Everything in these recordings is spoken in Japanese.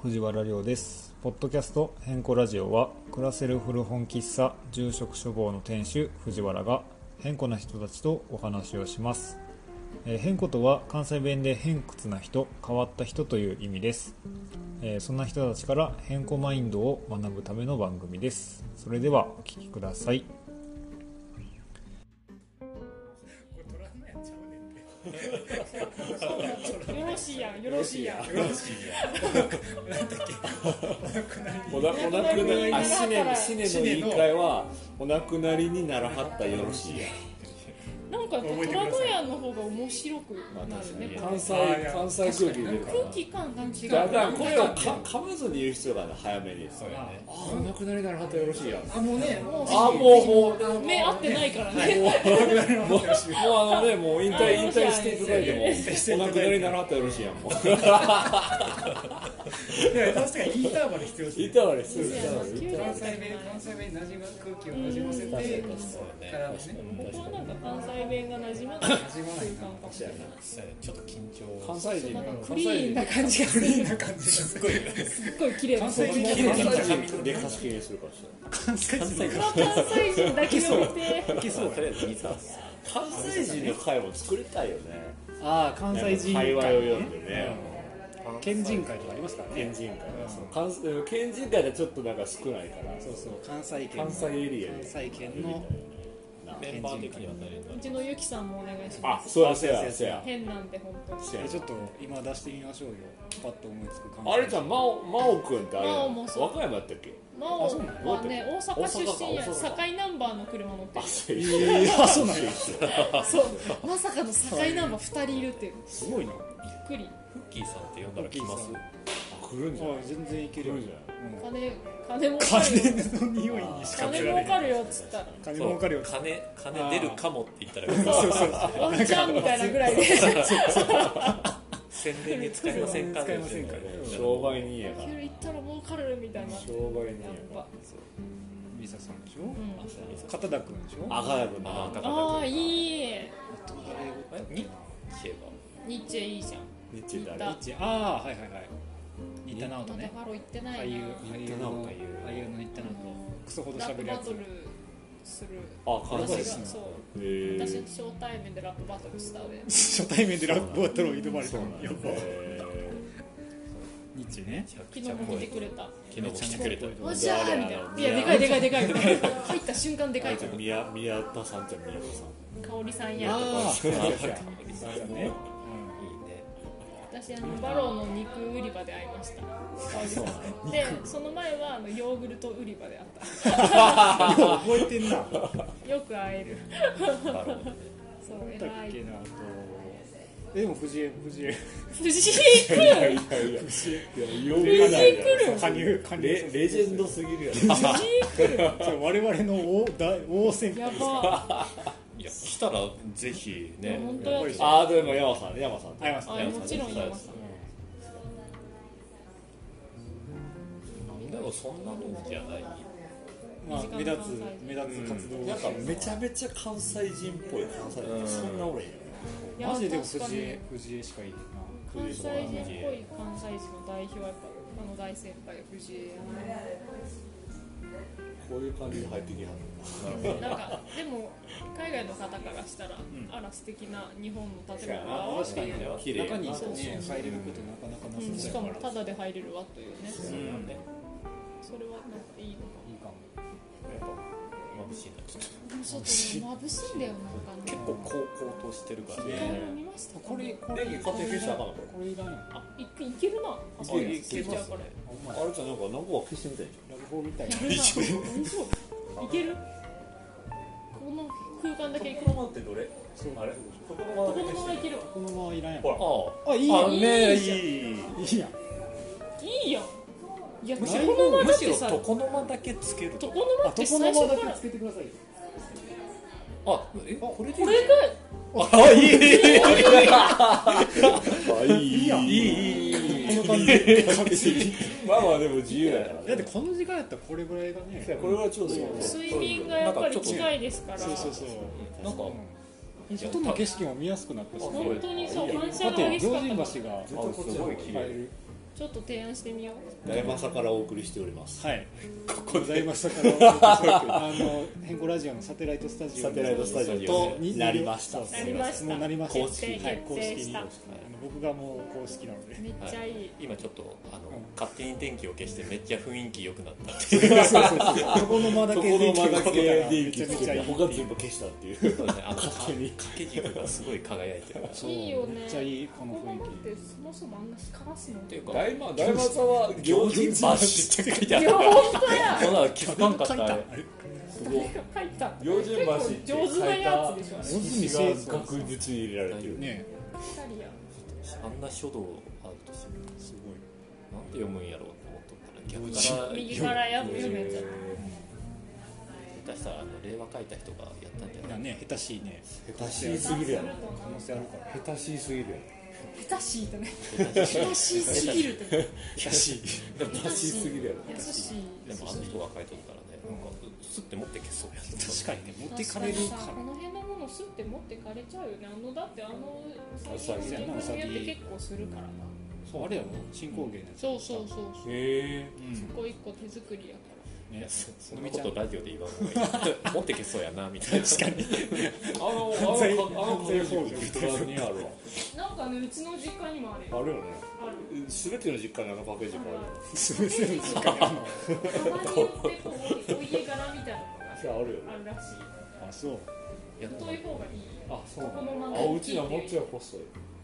藤原亮です。ポッドキャスト変更ラジオは暮らせる古本喫茶住職処房の店主藤原が変更な人たちとお話をします。変更とは関西弁で偏屈な人、変わった人という意味です。そんな人たちから変更マインドを学ぶための番組です。それではお聞きください。 よろしいやん、よろしいやん。 なんだっけ。お亡くなり。死ねの言い換えはお亡くなりにならはったよろしいや。 なんか虎の屋の方が面白くなるね。 関西空気出るから。 空気感が違う。 だからこれを噛まずに言う必要がある早めに。そうやね。お亡くなりにならはったよろしいや。 もう目合ってないからね。 もう引退していただいてもお亡くなりにならはったよろしいやんもう。 いや確かにインターバル必要ですね。 インターバル必要です。 関西弁に馴染む空気を馴染ませてからね。 僕はなんか関西弁が馴染まない空間かもしれない。 ちょっと緊張。関西人クリーンな感じがする。 すっごい綺麗な。 関西人で貸し切りにするかもしれない。 関西人関西人だけを見て。 いけそう。とりあえず見た。関西人の会も作りたいよね。 ああ関西人会話を読んでね。 県人会とかありますからね。 県人会。県人会でちょっとなんか少ないから。 そう関西エリアで。 関西圏のメンバー的には誰うちのゆきさんもお願いします。 そうや。 変なんで本当に。 ちょっと今出してみましょうよ。パッと思いつく感じ。 あれじゃん、真央くんってあれ真央もそう和歌山やったっけ？ 真央はね、大阪出身や。堺ナンバーの車乗ってる。 そうなんや。 そう、まさかの堺ナンバー2人いるっていう。 すごいな。 びっくり。 フッキーさんって呼んだら来ます？来るんじゃない？ 全然いけるよ。 金儲かるよ。 金の匂いにしか金儲かるよっつったら。 金儲かるよ。 金出るかもって言ったらワンチャンみたいなぐらいで。 宣伝に使いませんか？商売人やから。 言ったら儲かるみたいな。 商売人やから。 リサさんでしょ？片田くんでしょ？ 片田くん。 ああいい。 ニッチェいいじゃん。ニッチェ誰？ ああはい。ニッタナウトね。 ハロー行ってないな。 俳優のニッタナウト。クソほど喋るやつ。 ラップバトルする。 関西人。そう。私初対面でラップバトルしたで。 初対面でラップバトルを挑まれたの。やば。ニッチね。 昨日も来てくれた。 おじゃーみたいな。いやでかい。入った瞬間でかいから。 宮田さん。香織さんや。私バローの肉売り場で会いました。でその前はヨーグルト売り場で会った。 覚えてんな。 よく会える。そう偉い。 でも藤井来る。 レジェンドすぎるやろ。 藤井来る。 我々の王先輩。 やば。 いや来たらぜひね。 本当や。 でも山さん。 もちろん山さん。 でもそんなもんじゃない。 目立つ活動。 なんかめちゃめちゃ関西人っぽい関西人そんな俺へん。 マジで藤江しかいいな。 関西人っぽい関西人の代表はやっぱ大先輩藤江やな。 こういう感じで入ってきはる。なんかでも海外の方からしたら、あら素敵な日本の建物だっていう。 綺麗。 中に入れることなかなかなさそう。 しかもタダで入れるわというね。それはなんかいいのか。 いいかも。 やっぱ眩しいなちょっと。 眩しいんだよなんかね。 結構高騰してるからね。 見ました。 これ買って消したかなこれ。 いらんの。 いけるな。 いけちゃうから。あれじゃなんか何個か消してみたいじゃん。 ラブホみたいな。 いける。この空間だけ。 このままってどれ？あれ？このままいけるわ。 このままいらんやん。 いいやん。いいやん。 いいやん。いや、 むしろ床の間だけつける。 床の間って最初から。 つけてください。 これか。 いい。この感じ。まあでも自由やから。 だってこの時間やったらこれぐらいがね。 これはちょうどいい。 睡眠がやっぱり近いですから。 そう。 なんか外の景色も見やすくなったし。 本当にそう。反射だってが激しかった。 常人橋がずっとこっちに入る。 ちょっと提案してみよう。 大政からお送りしております。 はい。ここ大政から変更ラジオのサテライトスタジオとなりました。 なりました。 もうなりました。 公式はい、公式に。僕がもう公式なので。 めっちゃいい。 今ちょっと勝手に電気を消してめっちゃ雰囲気良くなったっていう。 そう床の間だけ電気をつけたらめちゃめちゃいい。 他全部消したっていう。 そうですね。掛け軸がすごい輝いてる。 いいよね。 めっちゃいいこの雰囲気。 ってそもそもあんな光らすのっていうか。 大政は行人バッシュって書いてある。 本当や。 そんなの気づかんかった。 すごい。 書いた。 行人橋って上手なやつでしょ。 上手に石が額縁に入れられてるね。 あんな書道あるとすごい。なんて読むんやろうと思っとったら逆から右から読むやつ。 下手したら令和書いた人がやったんじゃない。 ね、下手しいね。 下手しすぎるやろ。 可能性あるから。 下手しすぎるやろ。 下手しいとね。下手しすぎると。 下手しい。 下手しすぎるやろ。 優しい。 でもあの人が書いとるからね。なんかスッて持ってけそうや。 確かにね、持ってかれるから。 この辺のものスッて持ってかれちゃうよね。だって最近の自分やって結構するからな。 そうあれやろ。新工芸のやつ。 そうそうそうそう。 へえ。 そこ一個手作りやから。 いやそんなことラジオで言わん方がいい。持ってけそうやなみたいな。 確かに。 犯罪法律にあるわ。 なんかね、うちの実家にもあるよ。 あるよね。 ある。 すべての実家にパッケージがある。 すべての実家にあるの。 たまによってこうお家柄みたいなのがあるよね。 あるらしい。 あ、そう。 太い方がいい。 あ、そう。 このままうちのもっちは細い。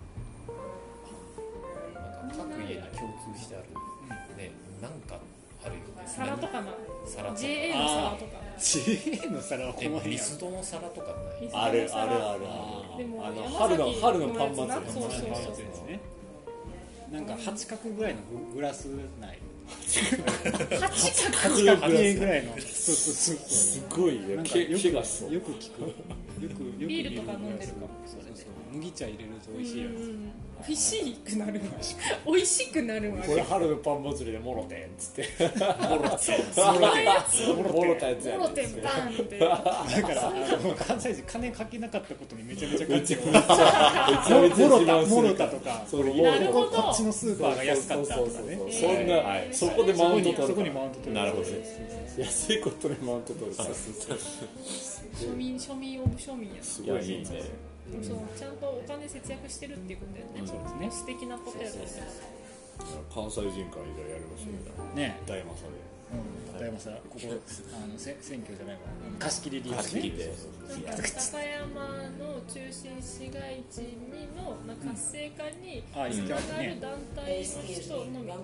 各家に共通してあるね、なんかあるよね。 皿とかな。 皿とか。 JA の皿とか。 JA の皿はこの辺ミスドの皿とかない。 ある。 でも春のパン祭り。 そうそうそう。 ですね。なんか8角ぐらいのグラスない。 8 角ぐらいの。そうすごいね。 よく聞く。 ビールとか飲んでるかも。 麦茶入れると美味しいやつ。 美味しくなるわ。美味しくなるわ。 これ春のパン祭りでもろてんっつって。 もろたやつや。もろてんパンって。 だから関西人金かけなかったことにめちゃめちゃ感じる。もろたとか。 なるほど。 こっちのスーパーが安かったとかね。 そんなそこでマウント取る。 そこにマウント取る。 なるほど。安いことでマウント取る。 庶民オブ庶民や。 すごいいいね。 そう、ちゃんとお金節約してるっていうことだよね。そうですね。素敵なことやと思います。 関西人会でやりましたけどね。大政で。 大政ここ選挙じゃないわ。貸し切り利用ね。 高山の中心市街地の活性化につながる団体の人のみ。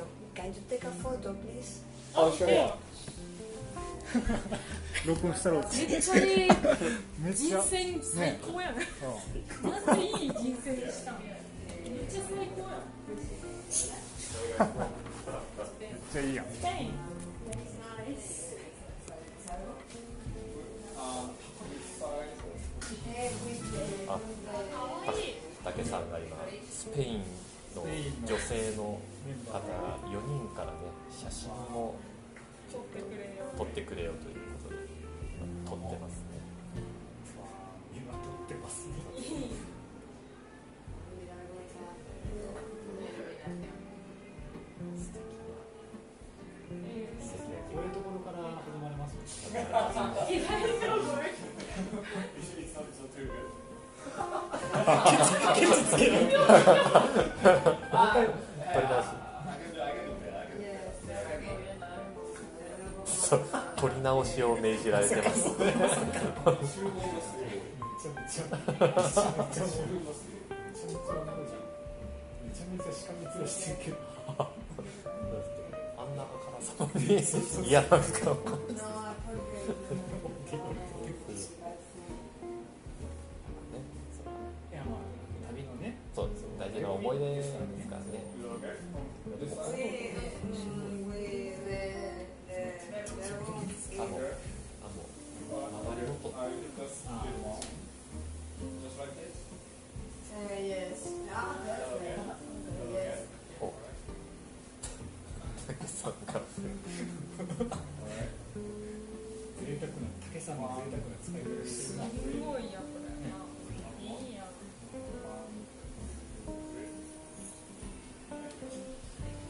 録音したろう。 めっちゃいい。人生最高やね。なんでいい人生でした。めっちゃ最高や。 めっちゃいいやん。 竹さんが今スペインの女性の方4人からね写真を撮ってくれよということで撮ってますね。 今撮ってますね。こういうところから始まりますケツつける。 撮り直しを命じられてます。あんなあからさまに嫌な顔。そうです。大事な思い出ですからね。周りのこと。 竹さんの贅沢な使い方してるな。 すごいやこれ。いいや。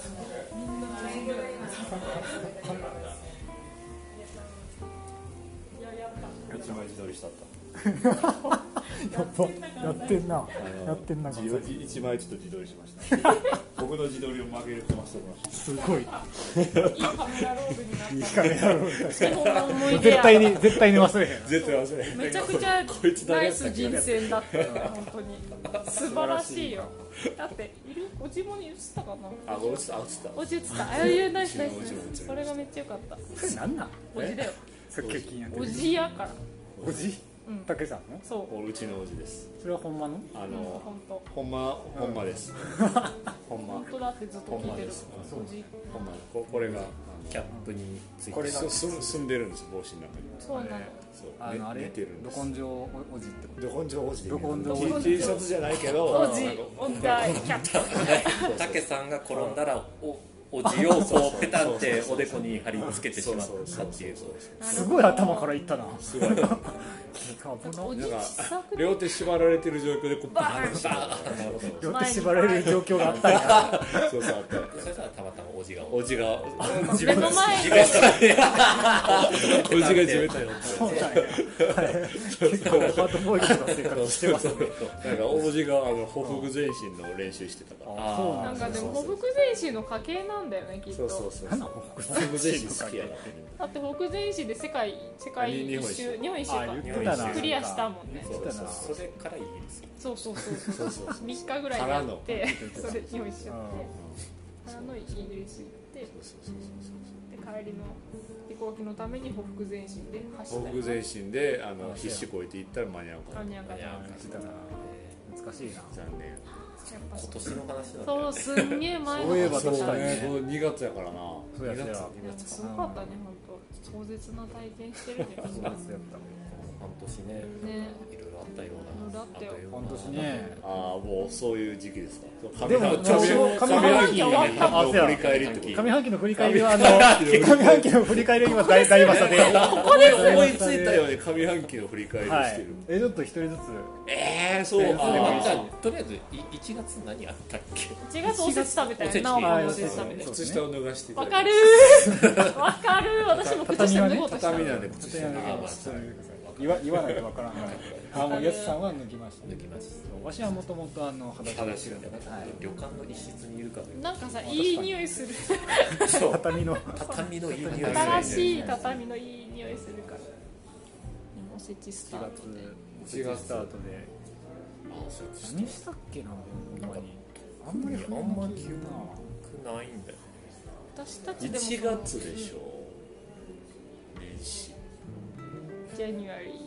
一枚自撮りしたったやってんなやってんな一枚ちょっと自撮りしました僕の自撮りを曲げるとましておきましたすごいいいカメラロールになったいいカメラロール確かに基本の思い出や絶対に忘れへん絶対忘れへんめちゃくちゃこいつナイ誰やったっけス人選だったよね本当に素晴らしいよだっているおじもに映ったかなあ、落ちた落ちたおじ映ったああいうナイスナイスおじも映ったそれがめっちゃ良かったそれなんなんおじだよさっき気になっておじやからおじうんたけさんのそううちのおじですそれはほんまの本当ほんまですほんま本当だってずっと聞いてるおじほんまこれがキャップについてこれが住んでるんです帽子の中にそうなのそうあれ寝てるんですど根性おじってことど根性おじでど根性お T シャツじゃないけどおじオンダーキャップたけさんが転んだらおじをこうペタっておでこに貼り付けてしまったっていうすごい頭からいったなすごいおじなんかさく両手縛られてる状況でこうバーン両手縛られる状況があったんやそうそうあったそしたらたまたまおじがおじが目の前におじが地べたよそうなんや結構ハードボイルドな生活してますねなんかおじがほふ前進の練習してたからそうなんかでもほふく前進の家系なんだよねきっとそうそうなんなんほふくほふ前進好きやなだってほふ前進で世界一周日本一周か言ってたなクリアしたもんね言ってたなそれからイギリスそうそうそうそうそう 3日ぐらいやってそれ日本一周やってからのイギリス行ってで帰りの飛行機のためにほふく前進で走ったよほふ前進で必死こいていったら間に合うから間に合うかった言ってたな難しいな残念やっぱ今年の話なんだよそうすんげえ前そういえばの話確かにねこの2月やからなそうやったよすごかったね本当壮絶な体験してるねみんなそうやった半年ねねいろいろあったようなだったよ半年ねああもうそういう時期ですかでも上半期の振り返りの時上半期の振り返りは上半期の振り返りは今大まさでここで思いついたように上半期の振り返りをはいしてるちょっと一人ずつそうでもあじゃあとりあえず1月何あったっけ 1月おせち食べたよおせちなおもおせち食べて靴下を脱がしていただわかるわかる私も靴下脱ごうとした畳なんで靴下言わないとわからないもうやすさんは脱ぎました抜きましたわしはもともと裸でしてるんだから旅館の一室にいるかというなんかさいい匂いするそう畳の畳のいい匂いする新しい畳のいい匂いするからおせちスタートで 4月スタートで何したっけなほんまにあんまりあんまり記憶ないんだよ私たちでも 1月でしょ年始ジャニュアリー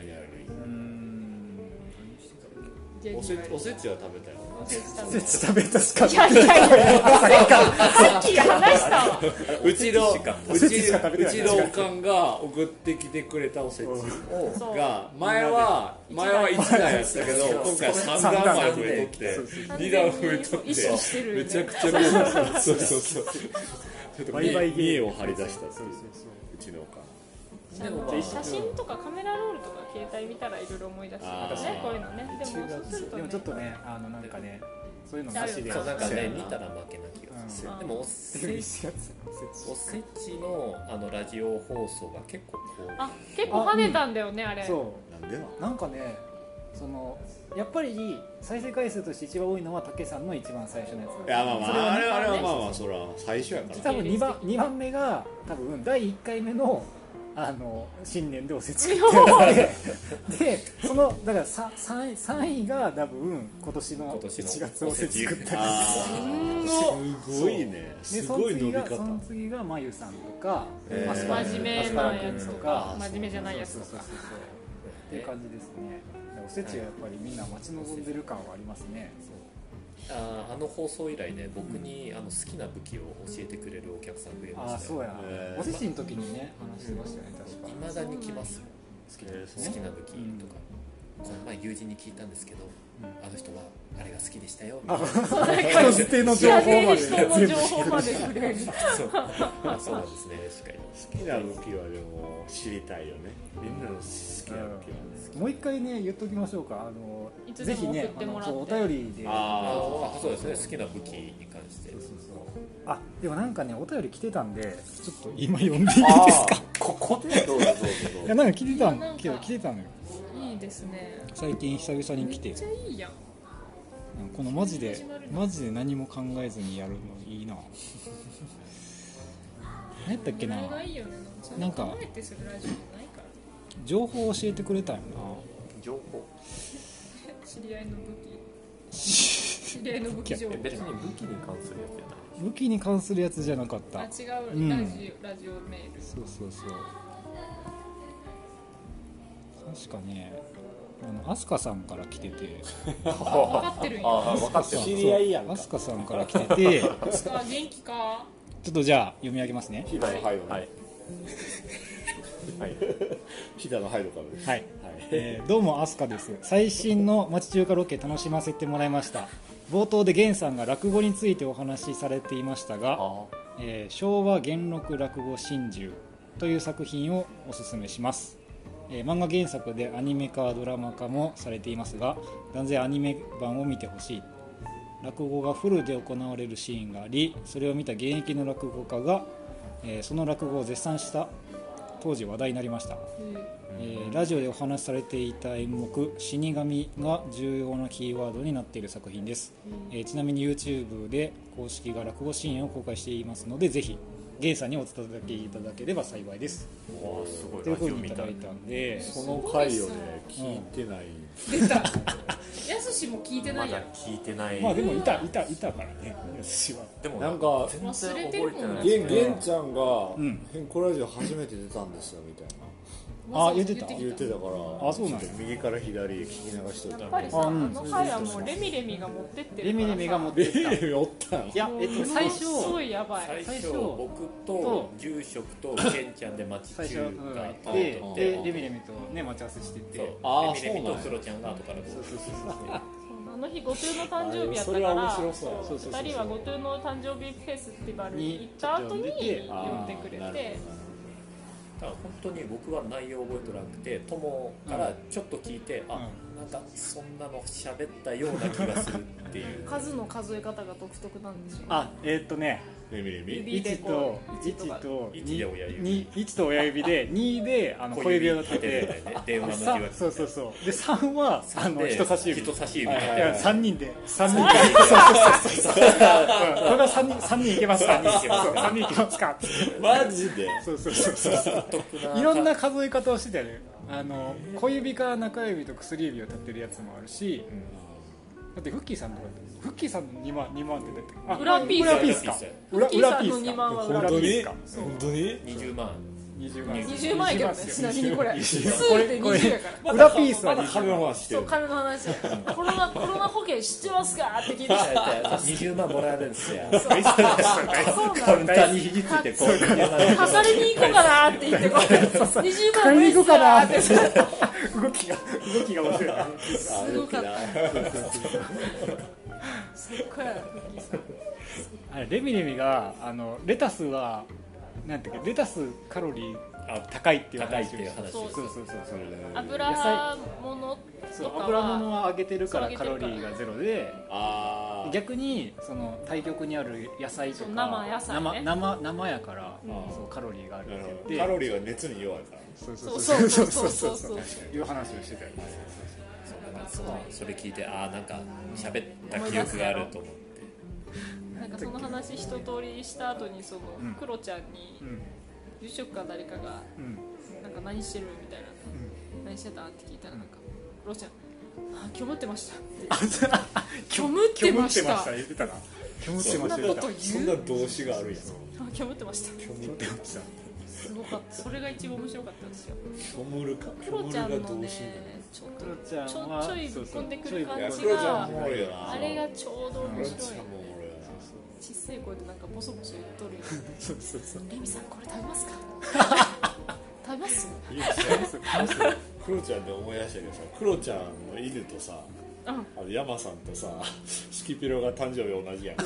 ジャニおュアリーせちは食べたよおせち食おべせち食べたしかいやいやいやさっき話したわうちのおかんが送ってきてくれたおせちそうが前は1段やったけど今回3段まで増えとって2段増えとっ意識してるよねてめちゃくちゃそうちょっと見栄を張り出したっていううちのおかん写真とかカメラロールとか携帯見たらいろいろ思い出すあーねこういうのねでもそうするとねでもちょっとねなんかねそういうのなしでそうなんかねそう見たら負けな気がするうんでも 1月おせちのラジオ放送が結構こうあ結構跳ねたんだよねあれそなんでなうなんかねやっぱり再生回数として一番多いのは竹さんの一番最初のやついやまあまそれはねああれはまあまあそれは最初やから多分2番目が多分第1回目の新年でおせち食ってでそのだから3位が多分今年の1月おせち食ったりすごいねすごい伸びその方次がまゆさんとか真面目なやつとか真面目じゃないやつとかっていう感じですねおせちはやっぱりみんな待ち望んでる感はありますねあの放送以来ね僕に好きな武器を教えてくれるお客さん増えましたそうやおせちの時にね話してましたよね確かいまだに来ますよ好き好きな武器とかこの前友人に聞いたんですけどあの人はあれが好きでしたよ人捨ての情報まで人の情報までくれるそうなんですね。好きな武器はでも知りたいよね。みんなの好きな武器はね。 もう一回ね言っときましょうか。 いつでも送ってもらってそうお便りでそうですね。好きな武器に関して。 あでもなんかねお便り来てたんでちょっと今読んでいいですか。 ここでどうぞいやなんか来てたなんか来てたのよ。 いいですね。 最近久々に来てめっちゃいいやん。 このマジで何も考えずにやるのいいな。何やったっけな。 これがいいよね。 なんか考えてするラジオないから。 情報を教えてくれたよな。 情報知り合いの武器。知り合いの武器情報。 別に武器に関するやつじゃない。 武器に関するやつじゃなかった。 あ違う、 うんラジオメール。 そう確かねアスカさんから来てて分かってるんや。 分かってる。 知り合いやんか。 アスカさんから来ててちょあ元気か。 っとじゃあ読み上げますね。 ヒダのハイドはいはいヒダのハイドからです。 はい、どうもアスカです。最新の町中華ロケ楽しませてもらいました。冒頭で源さんが落語についてお話しされていましたが、昭和元禄落語心中という作品をおすすめします。漫画原作でアニメ化ドラマ化もされていますが、断然アニメ版を見てほしい。落語がフルで行われるシーンがあり、それを見た現役の落語家が、その落語を絶賛した当時話題になりました。ラジオでお話しされていた演目死神が重要なキーワードになっている作品です。ちなみに YouTube で公式が落語シーンを公開していますので、ぜひゲイさんにお伝えいただければ幸いです。 わあすごいというふうラジオみたいにいただいたんで、 その回をね聞いてない。 出た。やすしも聞いてなまだいやん。 聞いてない。 まあでもいたからね、私は。 でもなんか全然覚えてない。 ゲンちゃんがん変更ラジオ初めて出たんですよみたいなあ言ってた言ってたからあそうなんやちょっと右から左聞き流しといたやっぱりさ、 あうんの回はもうレミレミが持ってってるからさ。 レミレミが持ってった。いおったんや最初すごいやばい。 最初最初僕と住職とケンちゃんで町最初中華行とって撮でレミレミとね待ち合わせしてて、 そうあーレミレミとそうなんやクロちゃんが後からこうあの日後藤の誕生日やったかそれは面ら、 白そうやそうそうそう 2人は後藤の誕生日フェスティバルに行った後に呼んでくれて、 だから本当に僕は内容覚えとらなくて友からちょっと聞いて、なんかそんなの喋ったような気がするっていう数の数え方が独特なんですよ。 あレミレミ指で 1 こうと1と 1で親指 1と親指で2で小指を立てて電話の字はそうで3は人差し指人差し指いや3人で3人でそうこれが3人いけますか3人いけますかマジでそういろんな数え方をしてたよね。小指から中指と薬指を立てるやつもあるし、だってフッキーさんとかフッキーさんの2万ってだって裏ピース裏ピースかフッキーさんの2万は裏本当に裏ピースか本当に 20万 20万やけどね、ちなみにこれ数でこれ 20やから。 裏ピースはまだ金の話してるそう、金の話や。コロナ保険知ってますかって聞いて 20万もらえるんですよそうなんカウンターに肘ついてこう測りに行こうかなって言ってこう20万買いに行こうかなってです動きが面白いすごかったそっかやあれレミレミがレタスはなんていうかレタスカロリー高いっていう話をしてそうそう油物そうとか油物はは揚げてるからカロリーがゼロであ逆にその対極にある野菜とかそう生野菜ね生やからそうカロリーがあるって言ってカロリーが熱に弱いからそういう話をしてたよね。 それ聞いてなんか喋った記憶があると思ってなんかその話一通りした後にそのクロちゃんに住職か誰かがなんか何してるみたいな何してたって聞いたらなんかクロちゃん虚無ってましたって虚無ってました言ってたな。虚無ってましたそんなことそんな動詞があるやん虚無ってました虚無ってました。 すごかったそれが一番面白かったんですよ虚無るかクロちゃんのねちょいぶっ込んでくる感じクロちゃんがおもろいよなあれがちょうど面白いクロちゃんもおもろいよな小さい声でなんかボソボソ言っとるよレミさんこれ食べますか食べますクロちゃんで思い出したけどさクロちゃんの犬とさ山さんとさスキピロが誕生日同じやん。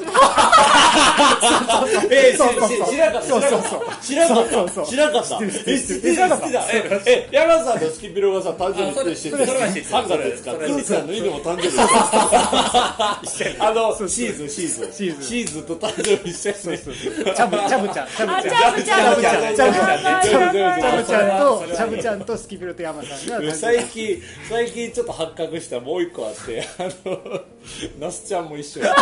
知らなかった山さんとスキピロがさ誕生日してて3月5日クロちゃんの犬も誕生日シーズと誕生日してるね。 チャブちゃんとスキピロと山さんが最近ちょっと発覚したもう一個あってナスちゃんも一緒や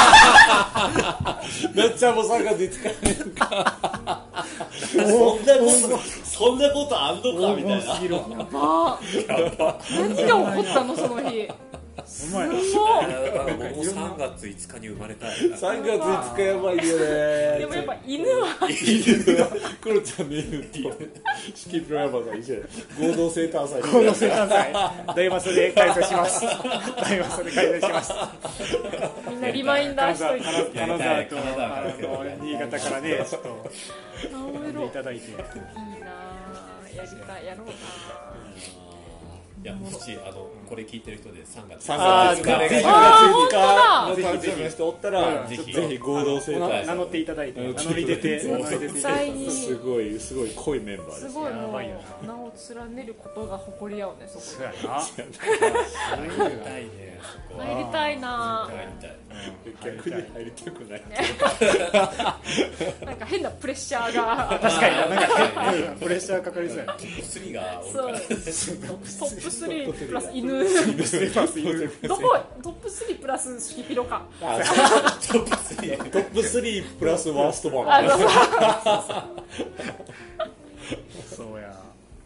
ナスちゃんも3月5日やんかそんなことあんのかみたいな。 やば何が起こったのその日。 お前僕も3月5日に生まれたい。 3月5日やばいよね。 でもやっぱ犬はクロちゃんの犬とスキピロ山さん一緒や合同生誕祭大マスで開催しますみんなリマインダーしといて。 金沢と新潟からねちょっといただいて。 いいなやりたいやろうな。 いやもしこれ聞いてる人で3月 5日の誕生日の人おったらぜひ合同生誕名乗っていただいて名乗り出て絶対にすごい濃いメンバーです。 すごいもう名を連ねることが誇り合うねそこで。入りたいな。 逆に入りたくない。 なんか変なプレッシャーが。 確かになんかプレッシャーかかりそうや。 トップ3がそうトップ3プラス犬。どこトップ3プラススキピロか。 トップ3プラスワーストバン。 そうや。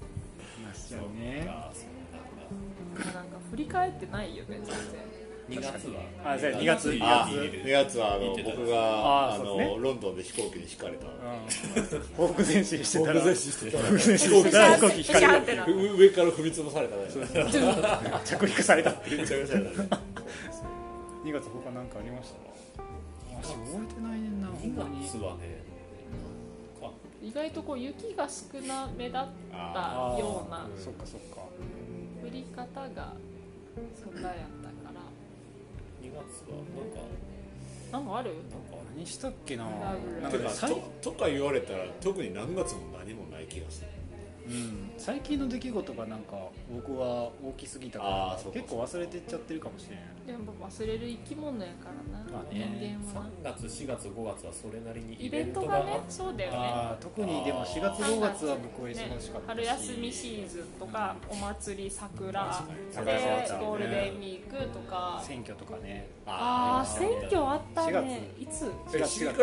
なんか振り返ってないよね全然。 2月は 2月 2月は僕がロンドンで飛行機に引かれた。 報復前進してたら飛行機ピシャンってなって上から踏み潰されたね。 着陸されたっていう。2月他なんかありました？覚えてないねんな。 2月はね意外とこう雪が少なめだったようなそっか降り方がそんなやったから 2月はなんかある？ 何したっけな。 なんかとか言われたら特に何月も何もない気がする。 最近の出来事がなんか僕は大きすぎたから結構忘れてっちゃってるかもしれない。 でも忘れる生き物やからな、人間はな。 3月4月5月はそれなりにイベントがね、そうだよね。 特にでも4月5月は僕は忙しかったし、 春休みシーズンとかお祭り桜でゴールデンウィークとか選挙とかね。 選挙あったね。いつ 4月 4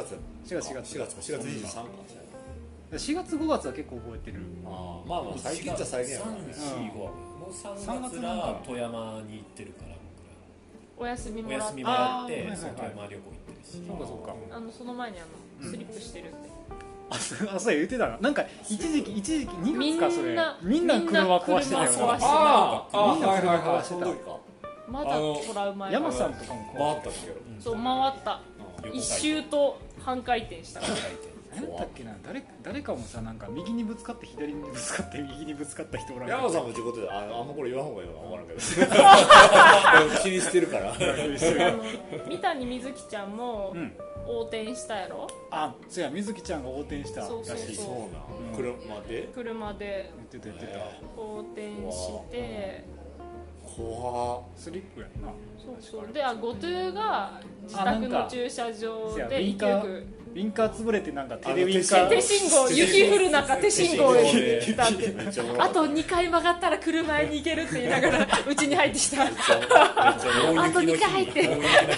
月5月は結構覚えてる。 まあ最近じゃ最近やからね。 もう3月ら富山に行ってるからお休みもらって富山旅行行ってるし、 そうかその前にスリップしてるって。 そう言ってたな。なんか一時期2月かそれみんな車壊してたよな。 みんな車壊してた。 まだトラウマや。 山さんとかも回ったっけ？ そう回った一周と半回転した。 何だっけな。誰かもさ、なんか右にぶつかって左にぶつかって右にぶつかった人おらん。 山さんも事故であんまこれ言わん方がいいのか分からんけど気にしてるから三谷瑞希ちゃんも横転したやろ。 そうや、瑞希ちゃんが横転したらしい。 そうな。 車で言ってた横転して怖スリップやんな。 そうでゴトゥが自宅の駐車場で勢いよくウインカー潰れてなんか手でウインカー手信号雪降る中手信号で来たってあと2回曲がったら車に行けるって言いながらうちに入ってきたあと2回入って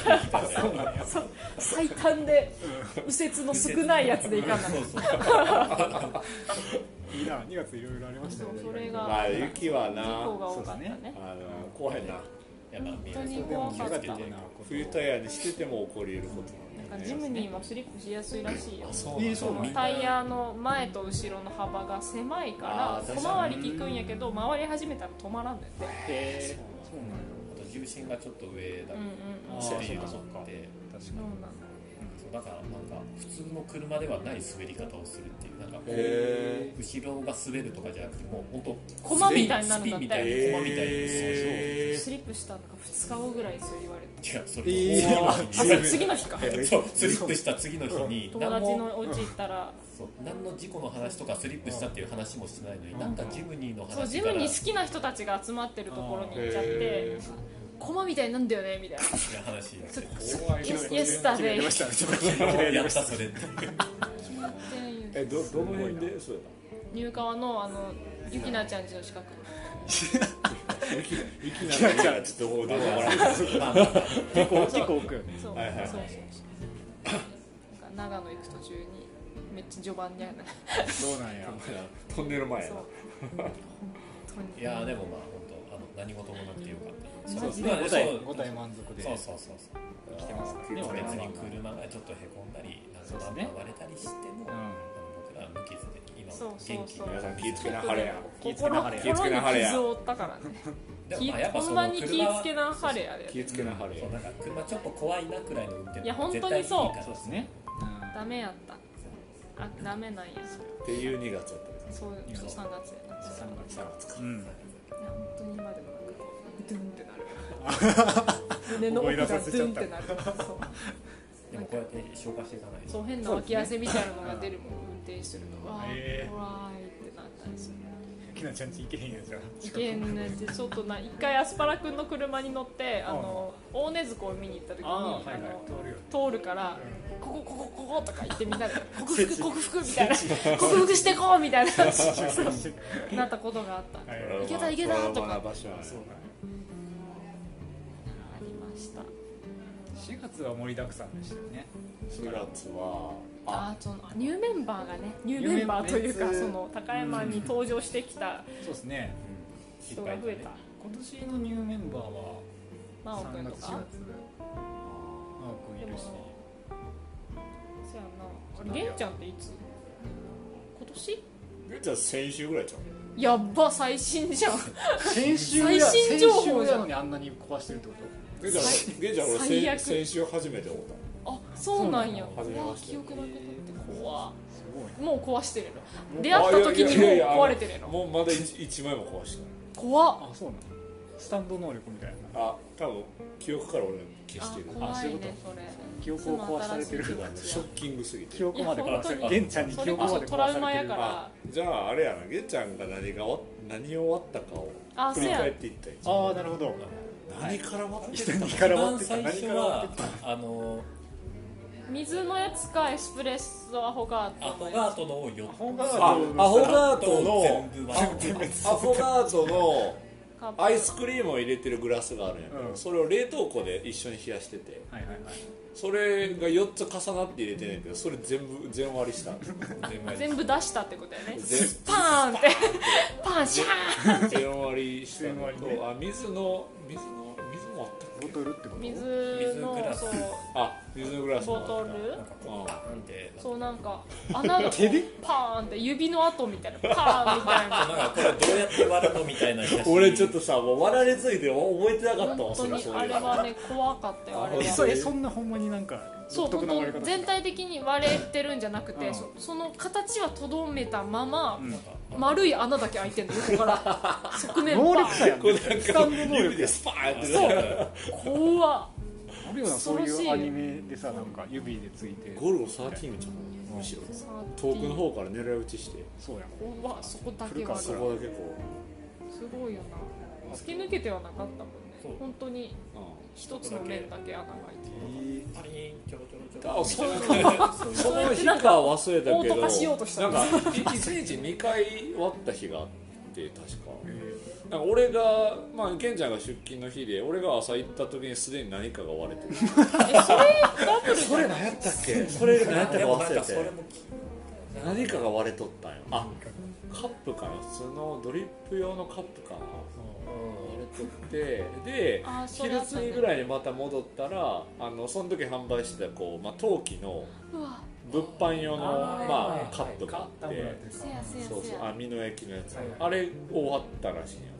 最短で右折の少ないやつで行かないいいな。2月いろいろありましたよね。 それが雪はな事故が多かったね。 怖いな。 本当に怖かった。 冬タイヤにしてても起こり得ることなんかジムニーはスリップしやすいらしいよ。 そうタイヤの前と後ろの幅が狭いから小回り効くんやけど回り始めたら止まらんだよね。 そうなんや。 あと重心がちょっと上だっていうのもあって、 そうなの。 だからなんか普通の車ではない滑り方をするっていう、なんか後ろが滑るとかじゃなくて、もう本当コマみたいになるんだって、 スピンみたいにコマみたいにスリップしたのが2日後ぐらいそう言われて、 いやそれ次の日かそうスリップした次の日に友達のお家行ったら何の事故の話とかスリップしたっていう話もしてないのに、なんかジムニーの話から、 そうジムニー好きな人たちが集まってるところに行っちゃって、コマみたいなんだよねみたいな話イエスタデイやったそれってどの辺でそう入川のゆきなちゃん家の近くゆきなちゃんちょっとどうわからない結構奥よね。 そうはいはいはいそう長野行く途中にめっちゃ序盤にあるどうなんや。 トンネル前やそうな本当にいやでもまあ本当何事もなくてよかった。 マジで 5体満足でそう来てますからね。 別に車がちょっとへこんだりなんか割れたりしても、僕らは無傷で今そう元気に皆さん気ぃつけなはれや気ぃつけなはれや。 気ぃつけなはれや傷を負ったからねでもまあやっぱほんまに気ぃつけなはれやで気ぃつけなはれやそうなんか車ちょっと怖いなくらいの運転いや本絶当にそう対いいからそうですね。 ダメやったダメなんやそれっていう2月やったそう3月やな 3月かうん。 いや本当に今でもなんかこうドゥンってなる胸の奥がドゥンってなるそうでもこうやって消化していかないとそう変な脇汗みたいなのが出るもん運転してるとわー怖いってなったりするきなちゃんち行けへんやじゃん。 いけんねってちょっと一回アスパラくんの車に乗って大根津湖を見に行った時に通るからこことか言ってみんなで克服みたいな克服してこうみたいななったことがあったいけたいけたとかありました 4月は盛りだくさんでしたよね。 4月はそのニューメンバーがねニューメンバーというかメンツその高山に登場してきたそうですね。 人が増えた今年のニューメンバーは真央くん 3月4月とか真央くんいるし、 そうやなあれ玄ちゃんっていつ今年げんちゃん先週ぐらいちゃうやっば最新じゃん先週最新情報じゃんなのにあんなに壊してるってこと？ げんちゃん俺最悪先週初めて会ったあそうなんや初めまして記憶なくなって怖すごい。 もう壊してるの出会った時にもう壊れてるのもうまだ1枚も壊してない怖っあ、そうなの。スタンド能力みたいな。 多分記憶から俺消してる怖いねそういうことそれ記憶を壊されてる。 ショッキングすぎて記憶まで壊されてる。 いや玄ちゃんにそれ記憶までこそトラウ壊されてるマやか。らじゃああれやなげんちゃんが何を割ったかを振り返っていったらああ、なるほど。 何から割ってた何から一番割ってた。 最初何から割っはてた。 水のやつかエスプレッソアホガートアフォガートのを4 アフォガートの全部アフォガートのカップアイスクリームを入れてるグラスがあるんやけど、それを冷凍庫で一緒に冷やしててはいはいはい。 それが4つ重なって入れてんねんけどそれ全割りした全部出したってことやね全パーンってパンシャーン全割りしたの全割りねと水もあったっけボトルってこと？ 水水グラスのそう水のグラスもあったボトルなんてそうなんか穴がこうパーンって指の跡みたいなパーンみたいななんかこれどうやって割るのみたいな写真俺ちょっとさもう割られついて覚えてなかったわ本当にそうあれはね怖かったよあれはそんなほんまになんかそう独特な割り方。 本当全体的に割れてるんじゃなくて、 うんその形はとどめたまま、 うん丸い穴だけ開いてるの横から側面能パ力者やん。 これなんスタンド能か指力や。 でスパーンってそう怖っあるよな、そういうアニメでさ、なんか指でついて。 ゴルゴ13ちゃんむしろ遠くの方から狙い撃ちしてそうやん。 怖っそこだけはすそこだけこごいよな突き抜けてはなかったもんねそう本当にう、 一つの面だけ穴が開いてパリーンちょろちょろちょろその日か忘れたけオート化しようとしたどなんか1日2回割った日があって確かなんか俺がケンちゃんが出勤の日で俺が朝行った時にすでに何かが割れてるそれダブルじゃん何やったっけそれ何やったかでもな忘れてんかそれも何かが割れとったんよカップかな普通のドリップ用のカップかな割れとってで昼過ぎぐらいにまた戻ったらその時販売してた陶器のうわ物販用のカップがあってせやせやそうせやそう網の焼きのやつあれを割ったらしいんよね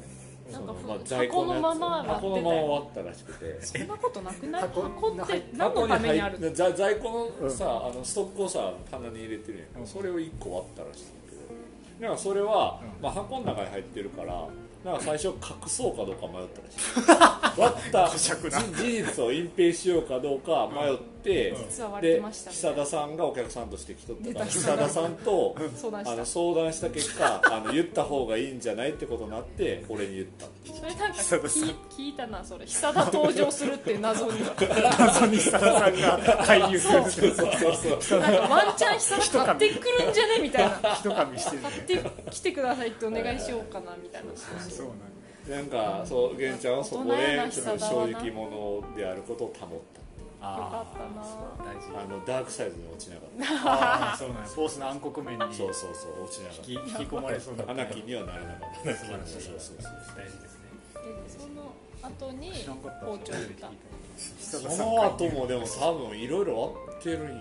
なんか在庫箱のまま箱のまま終わったらしくて、 そんなことなくない？ 箱箱って何のためにあるの？ 在庫のさ、ストックをさ棚に入れてるやん、それを1個割ったらしいけど、なんかそれは、箱の中に入ってるから、なんか最初隠そうかどうか迷ったらしい。割った事実を隠蔽しようかどうか迷って、 実は割れてでましたね。 久田さんがお客さんとして来とったから、 出た久田さんと相談した相談した結果言った方がいいんじゃないってことになって俺に言ったっていう。 それなんか聞いたな、それ久田登場するっていう謎に謎に久田さんが介入するんですよ。 そうなんかワンチャン久田買ってくるんじゃねみたいな、 一噛みしてるね。 買ってきてくださいってお願いしようかなみたいな。 そうなんなんかそう源ちゃんはそこで大人やな久田はな正直者であることを保った。 よかったな。 大事。 ダークサイドに落ちなかった。 そうなんフォースの暗黒面にそうそうそう落ちなかっ引き込まれそうなた。アナキーにはならなかった。 素晴らしい。 そうそうそう大事ですね。 でその後に知らんかった包丁打った。 その後もでも多分いろいろ割ってるんよ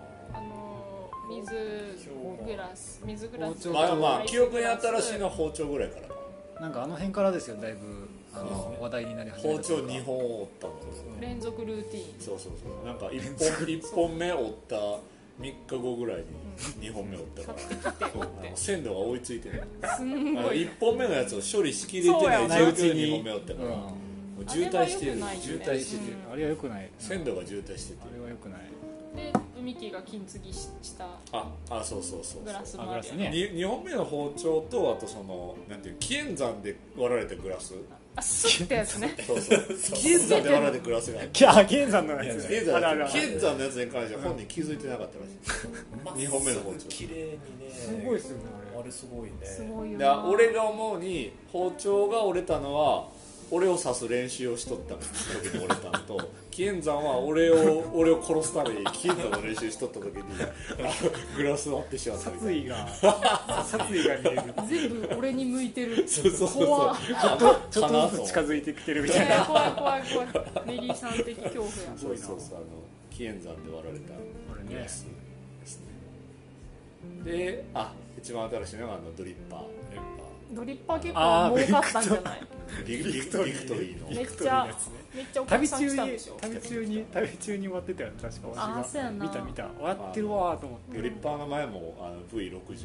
水グラスな。まあ記憶に新しいのは包丁ぐらいからか。 なんかあの辺からですよ、だいぶ話題になり始めた。 包丁2本折ったの。 連続ルーティーン。 そうそうそう。なんか1本目折った3日後ぐらいに2本目折ったから鮮度が追いついてない。1本目のやつを処理しきれてない状況で2本目折ったからもう渋滞してる。渋滞しててあれは良くない。 鮮度が渋滞しててあれは良くない。 で海木が金継ぎしたそうそうそうグラスもあるグラスね。 2本目の包丁とあとそのなんていう紀元山で割られたグラス。 スッってやつね。 そうそう紀元山で割られたグラスが剣山のやつ。 紀元山のやつに関しては本人気づいてなかったらしい。2本目の包丁綺麗にね。 すごいですよねあれすごいね。 すごいよだからな。 俺が思うに包丁が折れたのは俺を刺す練習をしとった時に折れたのと紀元山は俺を殺すために紀元山の練習しとった時にグラス割ってしまったみたいな。 殺意が見える。 全部俺に向いてる。 そうそうそう怖っ。 ちょっとずつ近づいてきてるみたいな。 怖い怖い怖い。メリーさん的恐怖や。 そうそうそう紀元山で割られたグラスですね。で一番新しいのがドリッパー。 ドリッパー結構儲かったんじゃない？ ビクトリーのめっちゃお客さん来たんでしょ。 旅中に終わってたよ確か。 そうやな。 見た終わってるわと思って。 ドリッパーの前もV60 っていう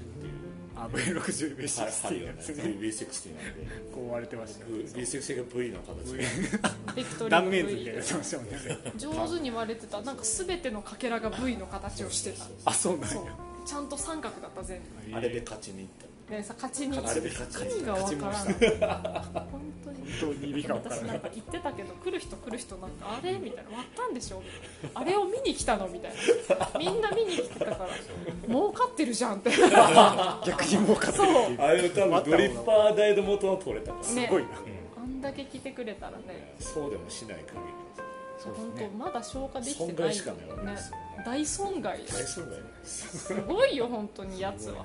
V60 V60 なんで V60 なんでこう割れてました。 V60 が V の形断面図みたいなやつましたもんね。 上手に割れてた。なんか全てのかけらが V の形をしてた。 そうなんや。 ちゃんと三角だった全部。 あれで勝ちにいったね、勝ちにあれで勝ちに意味がわからん。本当に意味がわからん。 私なんか言ってたけど来る人なんかあれみたいな割ったんでしょあれを見に来たのみたいな。みんな見に来てたから儲かってるじゃんって逆に儲かってるっていう。 あれ多分ドリッパー代の元は取れたからね。 すごいな。 あんだけ来てくれたらね。 そうでもしない限り本当まだ消化できてない。 損害しかないわけですよね。 大損害。 大損害すごいよ本当にやつは。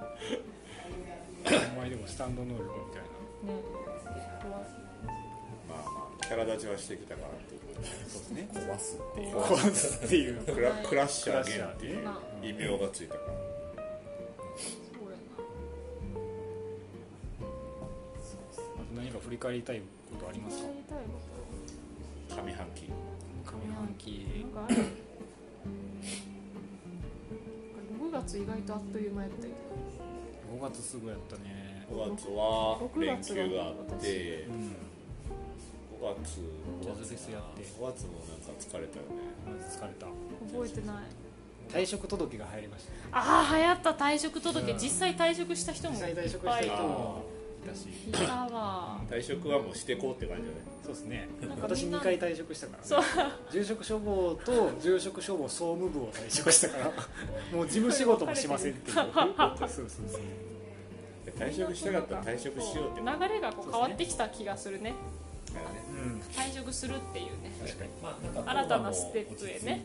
お前でもスタンド能力みたいな。 ね。 まあキャラ立ちはしてきたからっていうことで。 そうですね。 壊すっていう。 壊すっていう。 クラッシャーゲンっていう異名がついたから。 そうやな。 何か振り返りたいことありますか？ 上半期。 上半期。 なんかあれ。6月意外とあっという間やったけど。 5月すぐやったね。 5月は連休があって、5月ジャズフェスやって 5月もなんか疲れたよね。 疲れた。 覚えてない。 退職届が入りました。 流行った退職届。実際退職した人もいっぱいいたし。いたわ。 退職はもうしてこうって感じじゃない？ そうですね。私2回退職したから、 そう。 住職処方と住職処方総務部を退職したからもう事務仕事もしませんっていう。そう退職したかったら退職しようって流れがこう変わってきた気がするね。退職するっていうね。 確かに。 まあなんか新たなステップへね。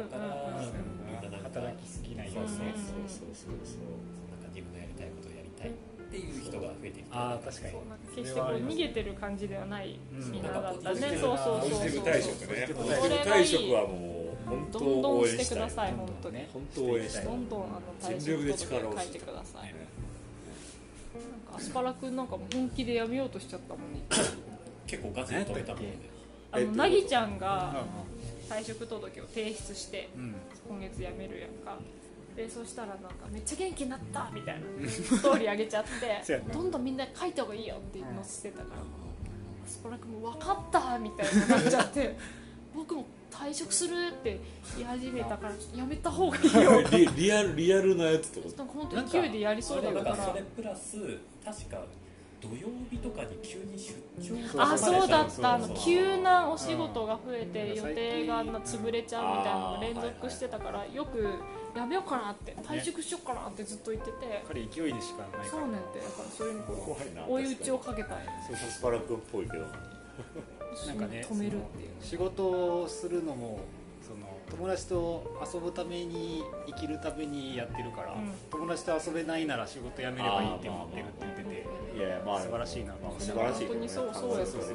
働きすぎないように。 なんか自分のやりたいことをやりたいっていう人が増えてきて。 確かに。 決してこう逃げてる感じではないみんなだったね。そうポジティブ退職ね。ポジティブ退職はもう本当どんどん応援してしたい。 ください本当に。 本当応援したい。 どんどん退職届書いてください。なんかアスパラくんなんかも本気でやめようとしちゃったもんね結構ガツンと止めたもんね。 なぎちゃんが退職届を提出して、今月辞めるやんか。でそしたらなんかめっちゃ元気になったみたいなストーリー上げちゃってどんどんみんな書いた方がいいよっていうのをしてたから、アスパラくんも分かったみたいになっちゃって僕も退職するって言い始めたからちょっとやめた方がいいよリアルなやつってこと？ なんか本当に勢いでやりそうだからそれプラス確か土曜日とかに急に出張あ、そうだった。急なお仕事が増えて予定が潰れちゃうみたいなのが連続してたからよくやめようかなって退職しようかなってずっと言ってて彼勢いでしかないからそうなんだよ。だからそれにこう追い打ちをかけたい。 アスパラ君っぽいけどなんかね止めるっていう仕事をするのもその友達と遊ぶために生きるためにやってるから、友達と遊べないなら仕事辞めればいいって思ってるって言ってて、 いやまあ素晴らしいな、 素晴らしい本当にそうやそう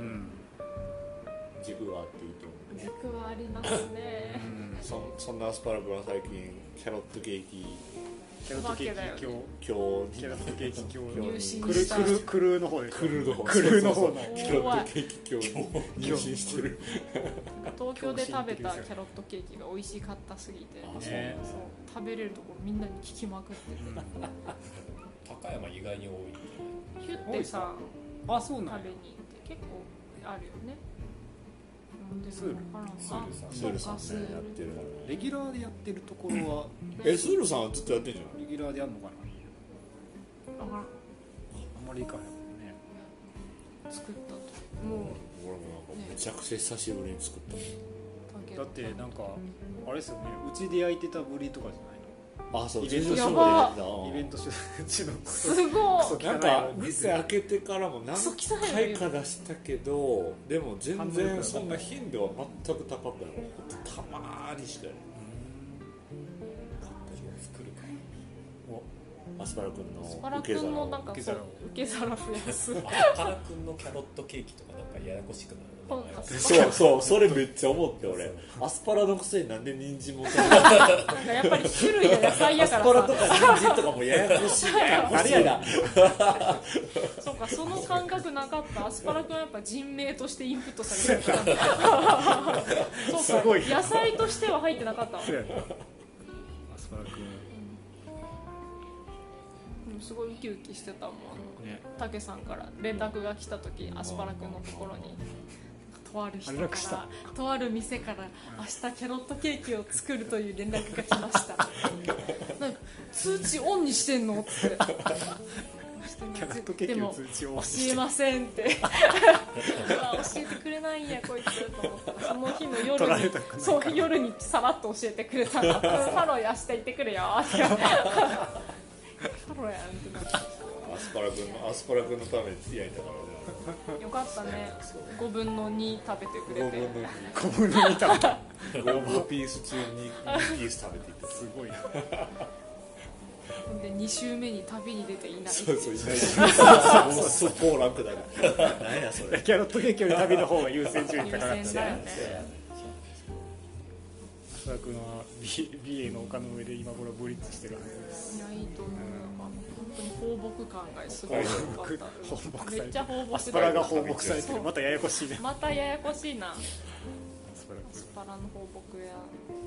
軸があっていいと思う。 軸はありますね。 そんなアスパラ君は最近キャロットケーキキャロットケーキ今日キャロットケーキ入信したクルーの方でクルーの方クルーの方のキャロットケーキ今日入信してる東京で食べたキャロットケーキが美味しかったすぎて、そう食べれるところみんなに聞きまくってて高山意外に多い。 ヒュッてさあ、そうなんや食べに行って結構あるよね。 スールスールさんねやってるレギュラーでやってるところはスールさんはずっとやってるじゃん。 レギュラーでやるのかな。 あんまりいかへんもんね。 作ったともう俺もなんかめちゃくちゃ久しぶりに作っただってなんかあれですよね、うちで焼いてたぶりとかじゃないの。 あ、そう、 イベントやばイベントしてうちのすごいなんか店開けてからも何クソ汚い回か出したけどでも全然そんな頻度は全く高くない。たまーにしかやる。 作るかアスパラ君アスパラ君のなんかそう受け皿増やすアスパラ君のキャロットケーキとかなんかややこしくなる。 そうそれめっちゃ思って俺アスパラのくせになんで人参もなんかやっぱり種類が野菜やからさアスパラとか人参とかもややこしいなそうか、その感覚なかった。アスパラ君はやっぱ人名としてインプットされてるそうか、野菜としては入ってなかったわ。 アスパラ君すごいウキウキしてたもん。たけさんから連絡が来た時アスパラ君のところにとある人からとある店から明日キャロットケーキを作るという連絡が来ましたなんか通知オンにしてんのってキャロットケーキの通知を教えませんって教えてくれないんやこいつと思ったその日の夜にそう夜にさらっと教えてくれたのハロー明日行ってくるよってハローやんってなってアスパラ君のために焼いたからよかったね。5分の2食べてくれて 5分の2食べた 5ピース中に2ピース食べていった。 すごいなで2週目に旅に出ていないそういないもうそこ楽だから何やそれキャロットケーキより旅の方が優先順位高かった優先だよね。 アスパラ君は美瑛の丘の上で今頃ブリッジしてるはずです。 いやいいと思う。本当に放牧感がすごい良かった。めっちゃ放牧アスパラが放牧されてる。またややこしいね。 またややこしいな。アアススパラの放牧や。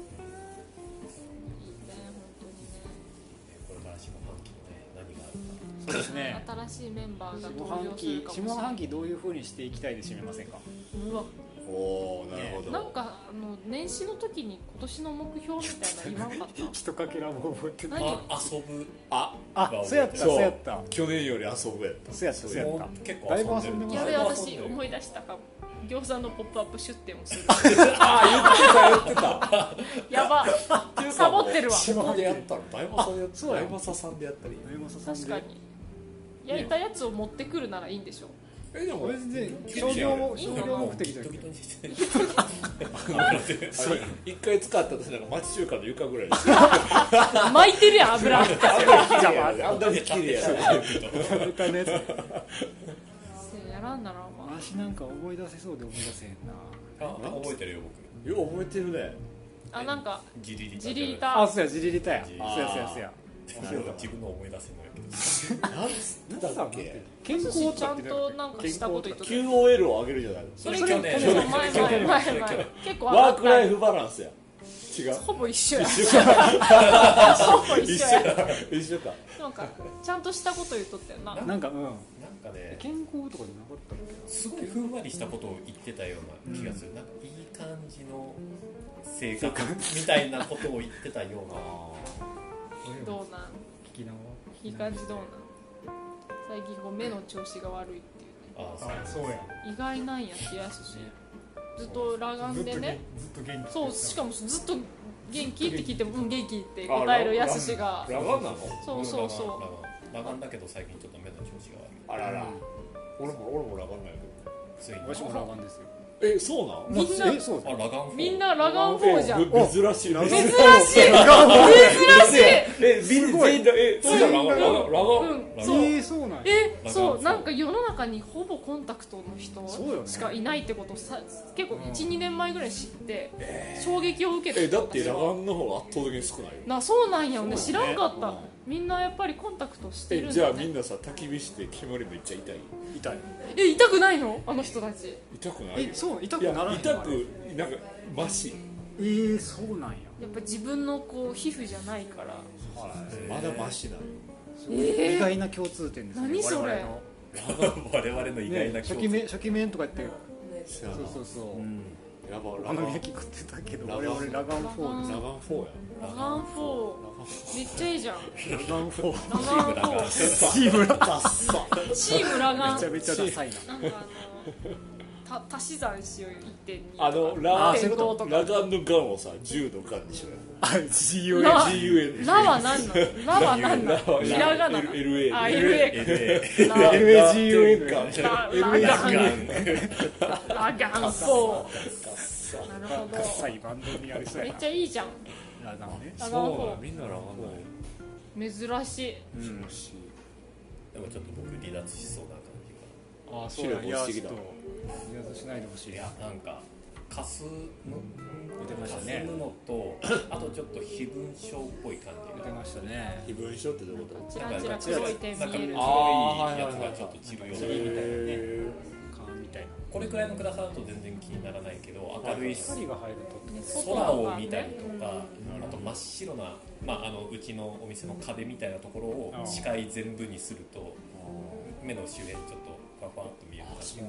いいね本当にね。 これから下半期のね何があるか。 そうですね。 新しいメンバーが登場するかもしれない。 下半期どういう風にしていきたいで締めませんか。 うわ。 おーなるほど。 なんか年始の時に今年の目標みたいな言わんかった。 一かけらも覚えてない。 何？ 遊ぶそうやったそうやった。 去年より遊ぶやった。 そうやったそうやった。 結構だいぶ遊んでます。 やべ私思い出したかも。餃子のポップアップ出店をする。 言ってたやば。サボってるわ。 そこでやったの大政さんでやったり。 確かに。焼いたやつを持ってくるならいいんでしょ。 でも全然商業目的だけど一回使ったとしてなんか町中華の床ぐらいです巻いてるやん油あんなに綺麗や豚のやつやらんならお前私なんか思い出せそうで思い出せへんな。 覚えてるよ僕。 よう覚えてるね。 なんかジリリタ。 ジリリタ。 そうやジリリタや。そうや自分の思い出せないけどなんだっけ健康私ちゃんとなんかしたこと言っとった QOL を上げるじゃないのそれ去年そう前結構上がワーったクライフバランスや違うほぼ一緒や一緒かほぼ一緒や一緒かなんかちゃんとしたこと言っとったよななんかなんかね健康とかじゃなかったっけすごいふんわりしたことを言ってたような気がする、なんかいい感じの性格みたいなことを言ってたようなどうなん聞き直いい感じどうなん最近こう目の調子が悪いっていうねああそうや意外なんやってやすしずっと裸眼でねずっと元気そうしかもずっと元気って聞いてもうん元気って答えるやすしが裸眼なのそうそうそう裸眼だけど最近ちょっと目の調子が悪いあらら俺も裸眼ないついに私も裸眼ですよけどそうなんみんなえそうあ裸眼みんな裸眼4じゃん珍しい珍しい珍しいすごいそうじゃ裸眼そうなんやそうなんか世の中にほぼコンタクトの人そうよねしかいないってことをさ結構 1,2 年前ぐらい知って衝撃を受けてだって裸眼の方が圧倒的に少ないよなそうなんやね知らんかったうんみんなやっぱりコンタクトしてるんだ、ね、 じゃあみんなさ焚き火して煙めっちゃ痛い痛い痛くないのあの人たち痛くないよそう痛くいやならへん痛くなんかマシそうなんややっぱ自分のこう皮膚じゃないからまだマシなの意外な共通点ですね何それ我々の意外な初期面とか言ってそうそうやばお好み焼き食ってたけど俺裸眼4です裸眼4や裸眼4めっちゃいいじゃん裸眼4 裸眼4 チームラダッサチーム裸眼めちゃめちゃダサいななんか足し算しようよ 1.2 裸 1.5とか眼の眼をさ10の眼にしろよ GUN ラ GUN ラは何なのラは何なのひらがな LA あ LA LAGUN ラガン4なるほダサいバンドにありそうどめっやなちゃいいじゃん裸眼ね裸眼そうみんな裸眼ない 4珍しいでもちょっと僕離脱しそうな感じがあ視力落ちてきたちょっと離脱しないでほしいいやなんかかす言ってましたねかすむのとあとちょっと非分症っぽい感じが言ってましたね非分症ってどういうことチラチラ黒い点見えるなんか黒いやつがちょっと散るような顔みたいなこれくらいの暗さだと全然気にならないけど明るい光が入ると空を見たりとかあと真っ白な、うちのお店の壁みたいなところを視界全部にすると目の周辺ちょっとファファっと見える感じが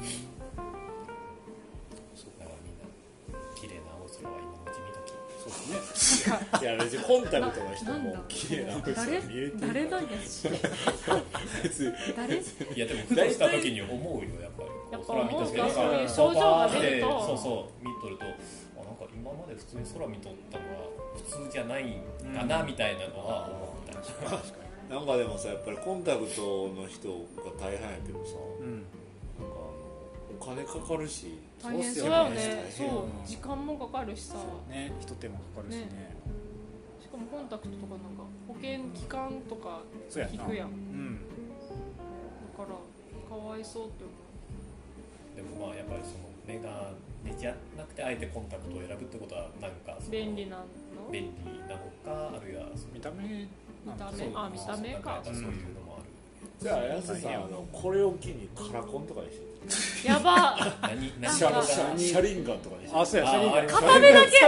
だからみんな綺麗な青空は今のうち見ときそうですねいや別にコンタクトの人も綺麗な青空誰見えてる誰なんやし別に誰いやでもふとした時に思うよやっぱりやっぱ空見た時にそういう症状が出るとそうそう見とるとなんか今まで普通に空見とったのは普通じゃないんかなみたいなのは思ったなんかでもさやっぱりコンタクトの人が大変やけどさなんかお金かかるし大変そうそうっすよだよねねそう時間もかかるしさね一手間かかるしねしかもコンタクトとかなんか保険期間とかそうやな聞くやんうんだからかわいそうって思うでもやっぱりその目が寝じゃなくてあえてコンタクトを選ぶってことはなんかその便利なの便利なのかあるいはその見た目なん見た目そう見た目かそういうのもあるじゃあやすさこれを機にカラコンとかにしてやば何シャなんかリンガンとかにしてあそうやシャリンガン片目だけ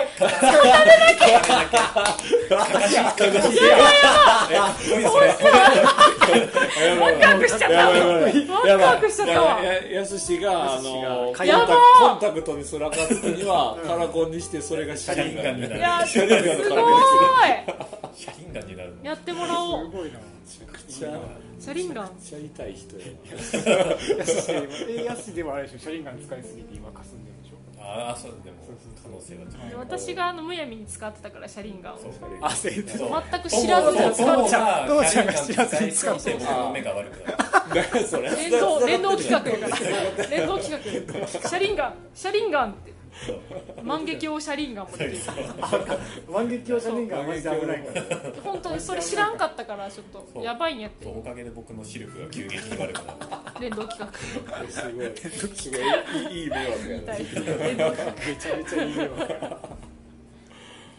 ワクワクしちゃったワクワクしちゃったわやすしがやばコンタクトにすらかす時にはカラコンにしてそれがシャリンガンになるいやシャリンガンすごのカラコンーシャリンガンになるのいやってもらおうすごいなめちゃくちゃシャリンガンめちゃくちゃ痛い人ややすしでもあれでしょシャリンガン使いすぎて今かすんでるでしょああそうでも可能性はちょっと私がむやみに使ってたからシャリンガンをあせんそう全く知らずに使ってた父ちゃんが知らずに使って僕の目が悪くなる何それ連動企画やから連動企画シャリンガンって万華鏡シャリンガンもできる万華鏡シャリンガンマジで危ないから本当にそれ知らんかったからちょっとやばいんやってそうおかげで僕の視力が急激に悪くなる連動企画すごいいい迷惑やな連動企画めちゃめちゃいいよ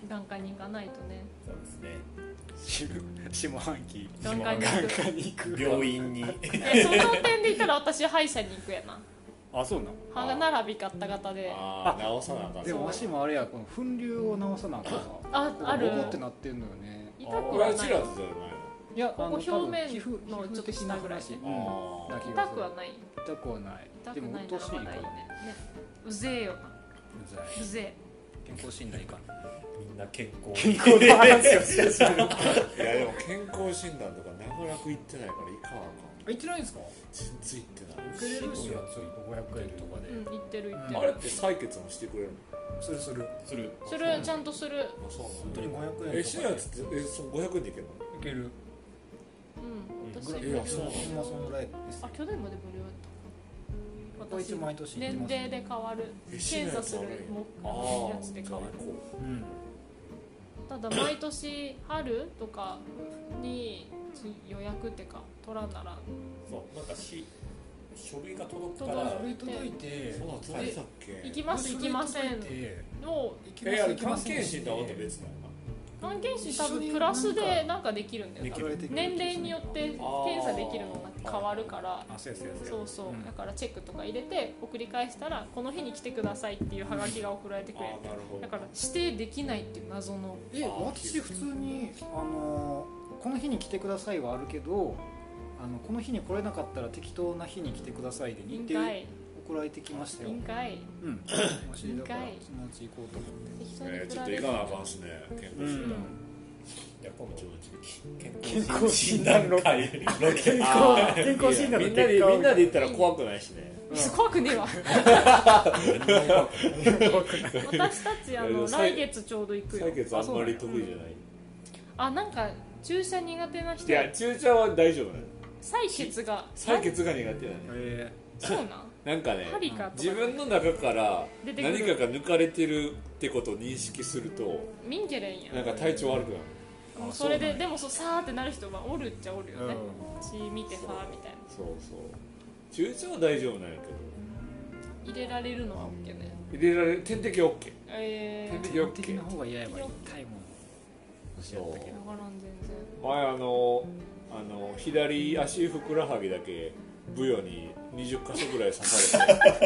眼科に行かないとね。 そうですね。 下半期眼科に行く。 病院にその点で言ったら私歯医者に行くやな。 あ、そうなの。 歯が並びガッタガタで。 直さなあかん。 でもわしもあれや、この粉流を直さなあかんさ。 ある。 ボコってなってんのよね。 痛くはない。 じゃないの？ いや、 ここ表面のちょっと下ぐらい。痛くはない。 痛くはない。でもうっとうしいからね。 うぜえよな。うぜえ。 健康診断いかん。 みんな健康の話をしいやでも健康診断とか長らく行ってないから行かなあかん。 行ってないんですか？ 全然行ってない。 受けれるしやつ500円とかで。 行ってる行ってる。 あれって採血もしてくれるの？ するちゃんとする。 そう本当に500円。 しないやつってその500円でいけるの？ いける。 私いやそう今そのぐらいです。 去年まで無料やった。 私毎年年齢で変わる。検査するやつで変わる。ただ毎年春とかに予約ってか取らんなら。 そうなんか書類が届くから書類届いて。 そうだったっけ？ 行きます行きませんの。 あれ関係診断は別なの？ 関係診多分プラスでなんかできるんだよ。年齢によって検査できるのが変わるから。そうそう。だからチェックとか入れて送り返したらこの日に来てくださいっていうハガキが送られてくれる。だから指定できないっていう謎の。 私普通にこの日に来てくださいはあるけど、この日に来れなかったら適当な日に来てくださいで日程送られてきましたよ。 委員会。 もしだからそのうち行こうと思って。 ちょっと行かなあかんっすね。健康診断。 いや今度健康診断会健康診断みんなで行ったら怖くないしね。 怖くねえわ。私たち来月ちょうど行くよ。 採血あんまり得意じゃない。 なんか注射苦手な人。 いや注射は大丈夫なの。 採血が苦手だね。 そうなん。 なんかね、自分の中から何かが抜かれてるってことを認識するとミンゲレンやなんか体調悪くなる。 それででもさーってなる人はおるっちゃおるよね。血見てさーみたいな。 そう注射は大丈夫なんやけど入れられるのは OK ね。 入れられる点滴は OK。 点滴 OK の方が嫌やばい。痛いもん。 そう。 わからん全然。 前左足ふくらはぎだけブヨに20箇所ぐらい刺されて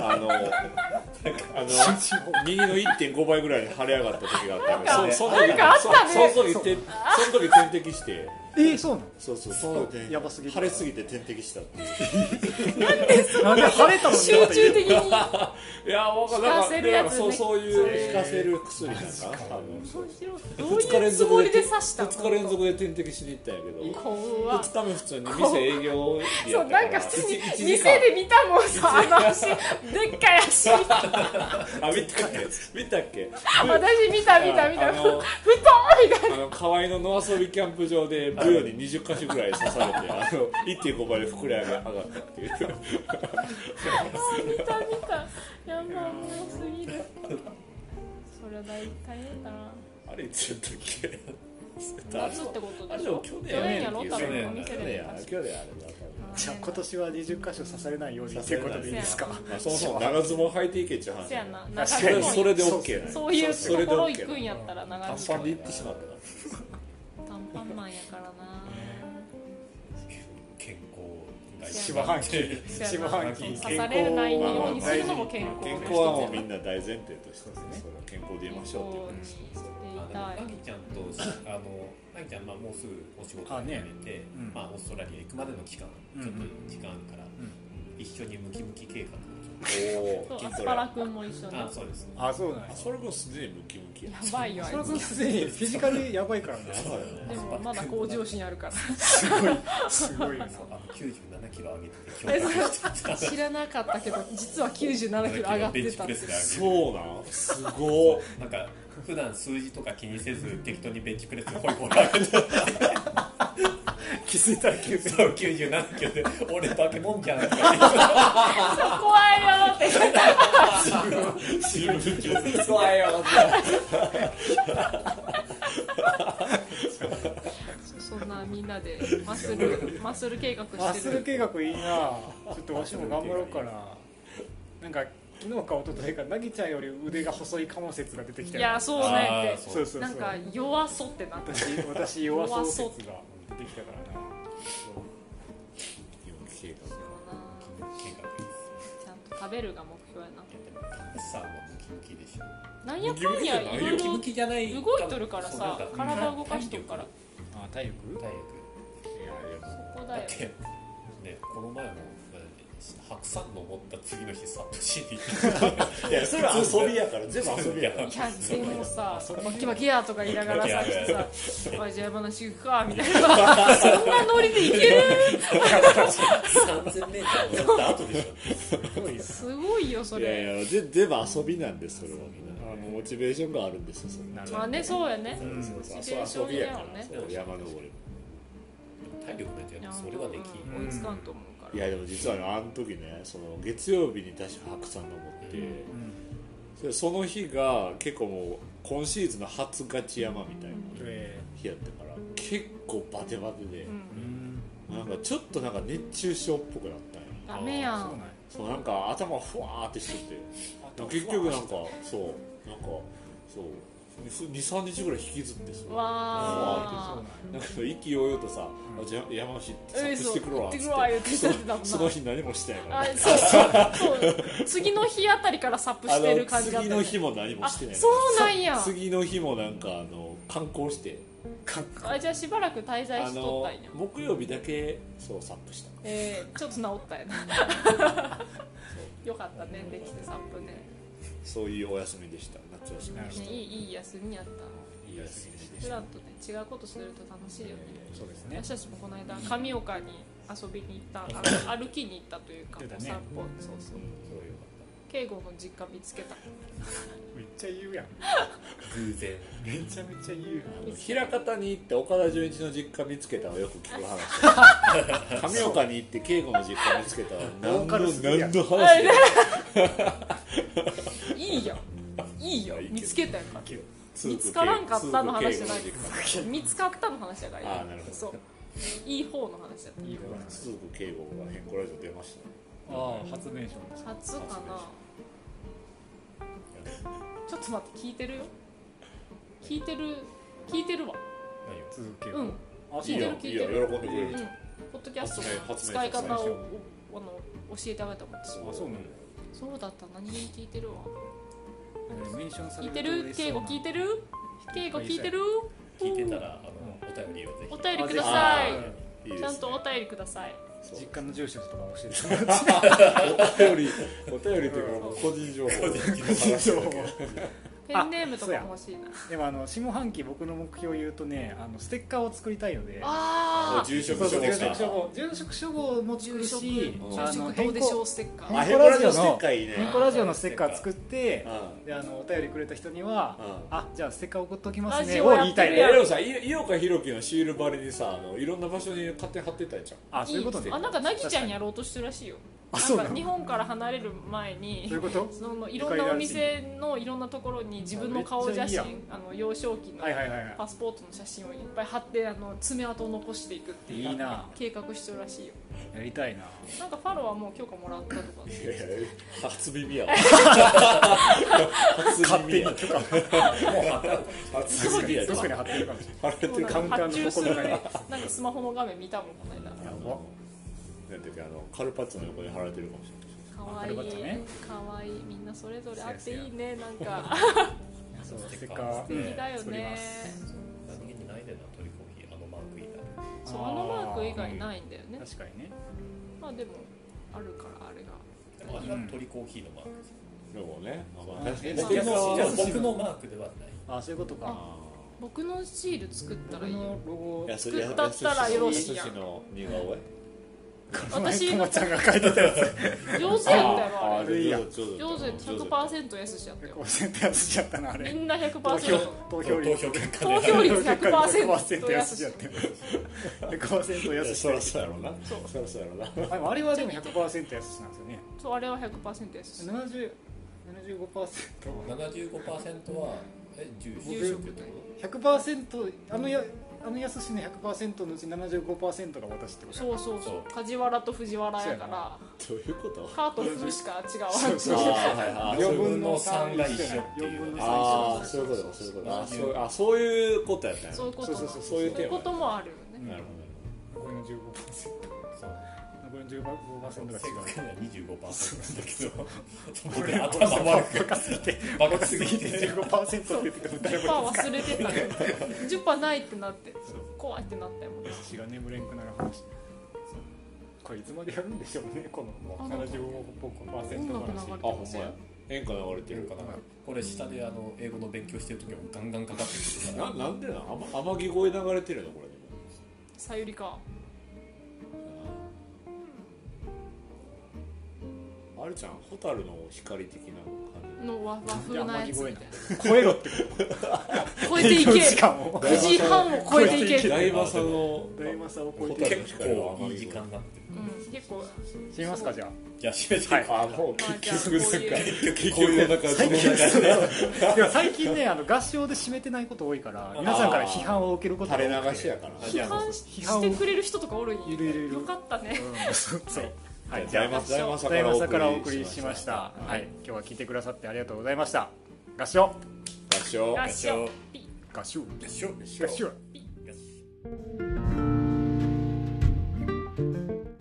右の 1.5 倍ぐらいに腫れ上がった時があったんで、その時点滴して。 そうなの？ そうそのやばすぎる。 腫れすぎて点滴したって。 なんで腫れたの？ 集中的に。 いや分かんない。そういう引かせる薬なんか。 どういうつもりで刺したの ？2日連続で点滴しに行ったんやけど、2日目普通に店営業日やったから。そうなんか普通に店で見たもんさ、足でっかい足。 見たっけ？ 私見た。太いみたいな。 河合の野遊びキャンプ場でブヨに20箇所ぐらい刺されて1.5 倍で膨れ上がったっていう。 見たやばいすぎる。それは大変だな。 あれいつやったっけ？ 夏ってことでしょ？去年やろ？多分お店で。 去年あれだ。 じゃあ今年は20箇所刺されないようにっていうことでいいですか？ そもそも長ズボン履いていけっちゅう話。 そうやな。 それで OK な。 そういうところ行くんやったら長ズボン。 短パンで行ってしまったな。 短パンマンやからな。 健康下半期刺されないようにするのも健康。 健康はもうみんな大前提として健康でいましょうっていうなぎちゃんとなぎちゃんもうすぐお仕事を始めてオーストラリア行くまでの期間ちょっと時間あるから一緒にムキムキ計画をアスパラ君も一緒に。 そうです。 そうなんです。 アスパラ君すでにムキムキ。 やばいよ。 アスパラ君すでにフィジカルやばいからね。 でもまだ向上心あるから。 すごいな。 97キロ上げて知らなかったけど実は97キロ上がってた。 そうなんすごい。なんか普段数字とか気にせず適当にベンチプレスでホイホイ上げて気づいたら 97キロで俺化け物じゃんって怖いよって怖いよそんなみんなでマッスル計画してる。 マッスル計画いいな。ちょっとわしも頑張ろうかな。なんか昨日か一昨日かなぎちゃんより腕が細いかも説が出てきたよ。 いやそうねってそうそうそう、 なんか弱そうってなった私弱そう説が出てきたからな。 計画ちゃんと食べるが目標やな。 さあもうムキムキでしょ。 なんやかんやいろいろムキムキじゃない動いとるからさ、体を動かしとるから。 あ、体力？ 体力。 いやでもそこだよ。 だってね、この前も白山登った次の日サップしに行った。 いやそれは遊びやから、全部遊びやから。 いやでもさ、バキバキやとか言いながらさ、来てさ、あじゃあ山梨行くかみたいな、そんなノリでいける 3000メーター登った後でしょ。 すごいよそいやれ。 いや全部遊びなんですそれは。モチベーションがあるんですよそれ。 まあね、そうやね。 そうモチベーション遊びやからやもんね。 そう山登りも。 体力ないとやっぱそれはできん。 追いつかんと思うから。 いやでも実はね、あの時ね、その月曜日に確か白山登って、その日が結構もう今シーズンの初ガチ山みたいな日やったから結構バテバテで、なんかちょっとなんか熱中症っぽくなったんや。 ダメやん。 そうなんか頭ふわーってしてて、結局なんかそうなんかそう2,3日ぐらい引きずってそうわなんか意気揚々とさ、じゃあ山梨サップしてくるわっつって言ってたもんな。 その日何もしてないからあ、そう次の日あたりからサップしてる感じだったよね。 次の日も何もしてない。 そうなんや。 次の日もなんか観光してあ、じゃあしばらく滞在しとったんや。 木曜日だけそうサップした。 ちょっと治ったやな。よかったね、できてサップね。 そういうお休みでした。夏休みでした。 いい休みやった。 いい休みでした。 普段とね違うことすると楽しいよね。 そうですね。 私たちもこの間上岡に遊びに行った、歩きに行ったというか、お散歩、そうそう。慶吾の実家見つけた。 めっちゃ言うやん。 偶然。 めちゃめちゃ言うやん。 枚方に行って岡田准一の実家見つけたのよく聞く話。上岡に行って慶吾の実家見つけた何の話だよ。 いいよ。いいよ。見つけたやんか。見つつからんかったの話じゃない。見つかったの話だから。 あ、なるほど。 そう。いい方の話だった。いい方。 鈴木慶吾が変更ラジオ出ましたね。 ああ、初メンションです。 初かな。ちょっと待って、聞いてるよ。聞いてるわ。 続けうん。 あ、 聞いてるいいよ、喜んでくれる。 ポッドキャストの使い方を教えてあげたもん。 あ、そうなの。 そうだった。何気に聞いてるわ。 メンションさ聞いれるてる？敬語聞いてる？敬語聞いてる？ 聞いてたらお便りをぜひ。 お便りください。 いいですね。 ちゃんとお便りください。 実家の住所とか教えてもらって。 お便りというか個人情報。 ペンネームとかも欲しいな。 でも下半期僕の目標を言うとね、ステッカーを作りたいので。 住職処方。 住職処方も作るし、 どうでしょうステッカー。 変更ラジオのステッカーいいね。 変更ラジオのステッカー作ってでお便りくれた人にはじゃあステッカー送っときますねを言いたいね。 でもさ、井岡弘樹のシール貼りにさ、いろんな場所に勝手に貼ってたやんじゃん。 あ、そういうことね。 なんかなぎちゃんやろうとしてるらしいよ。なんか日本から離れる前にそのいろんなお店のいろんなところに自分の顔写真、幼少期のパスポートの写真をいっぱい貼って爪痕を残していくっていう計画してるらしいよ。 やりたいな。 なんかファロはもう許可もらったとか。 いやいや、初耳やわ。 勝手に許可。 初耳や。 どこに貼ってるかもしれない。 貼られてるカウンターのところに。 なんかスマホの画面見たもんこの間。 なんていうかカルパッチョの横に貼られてるかもしれない。 かわいい、かわいい、みんなそれぞれあっていいね、なんか。 そう、ステッカー素敵だよね。 何気にないねんな、トリコーヒーマーク以外。 そう、マーク以外ないんだよね。 確かにね。 まあでもあるからあれが。 あれがトリコーヒーのマーク。 でもね、 僕のマークではない。 あ、そういうことか。 僕のシール作ったらいいよ。 作ったらよろしいやん。 私ともちゃんが書いてたやつ上手やったやろあれ。 上手 100% 安しちゃったよ。 100% 安しちゃったなあれ。 みんな 100%。 投票率 100% 安しちゃってる。 100% 安しそらそうやろな。そらそうやろな。 あれはでも 100% 安しなんですよね。 そう、あれは 100% 安し。 75%。 75%は住所。 100% やすしの 100% のうち 75% が私ってことそうそうそう梶原と藤原やからどういうことカーとフしか違うわそうそう 4分の3が一緒っていうああそういうことそういうことそういうことやったんやそういうことそういうテーマそういうこともあるよね。 なる残りの 15%残りの 15% が違う正確には 25% だけど僕頭悪くバカすぎて 15% って言っても誰 10% も忘れてたね10%ないってなって怖いってなったよね。 血が眠れんくなる話これいつまでやるんでしょうねこの 75% 話あほんまや演歌流れてるかなこれ下で英語の勉強してる時はガンガンかかってくるなんでな天城声流れてるのこれでもさゆりかあれちゃん蛍の光的な感じの和風なやつみたいな超えろって超えていけしかも 9時半を超えていけ大政の大政を超えて蛍の結光は構いい時間になってる結構知りますかじゃあじゃあ締めてはいあもうまあじゃあ結局こういう結局こういう中最近この中でいや最近ね合唱で締めてないこと多いから皆さんから批判を受けることが多くて垂れ流しやから批判してくれる人とかおるんやいるいるいるよかったねそうはい大政からお送りしましたはい今日は聞いてくださってありがとうございました合唱合唱合唱ピッ合唱合唱合唱合唱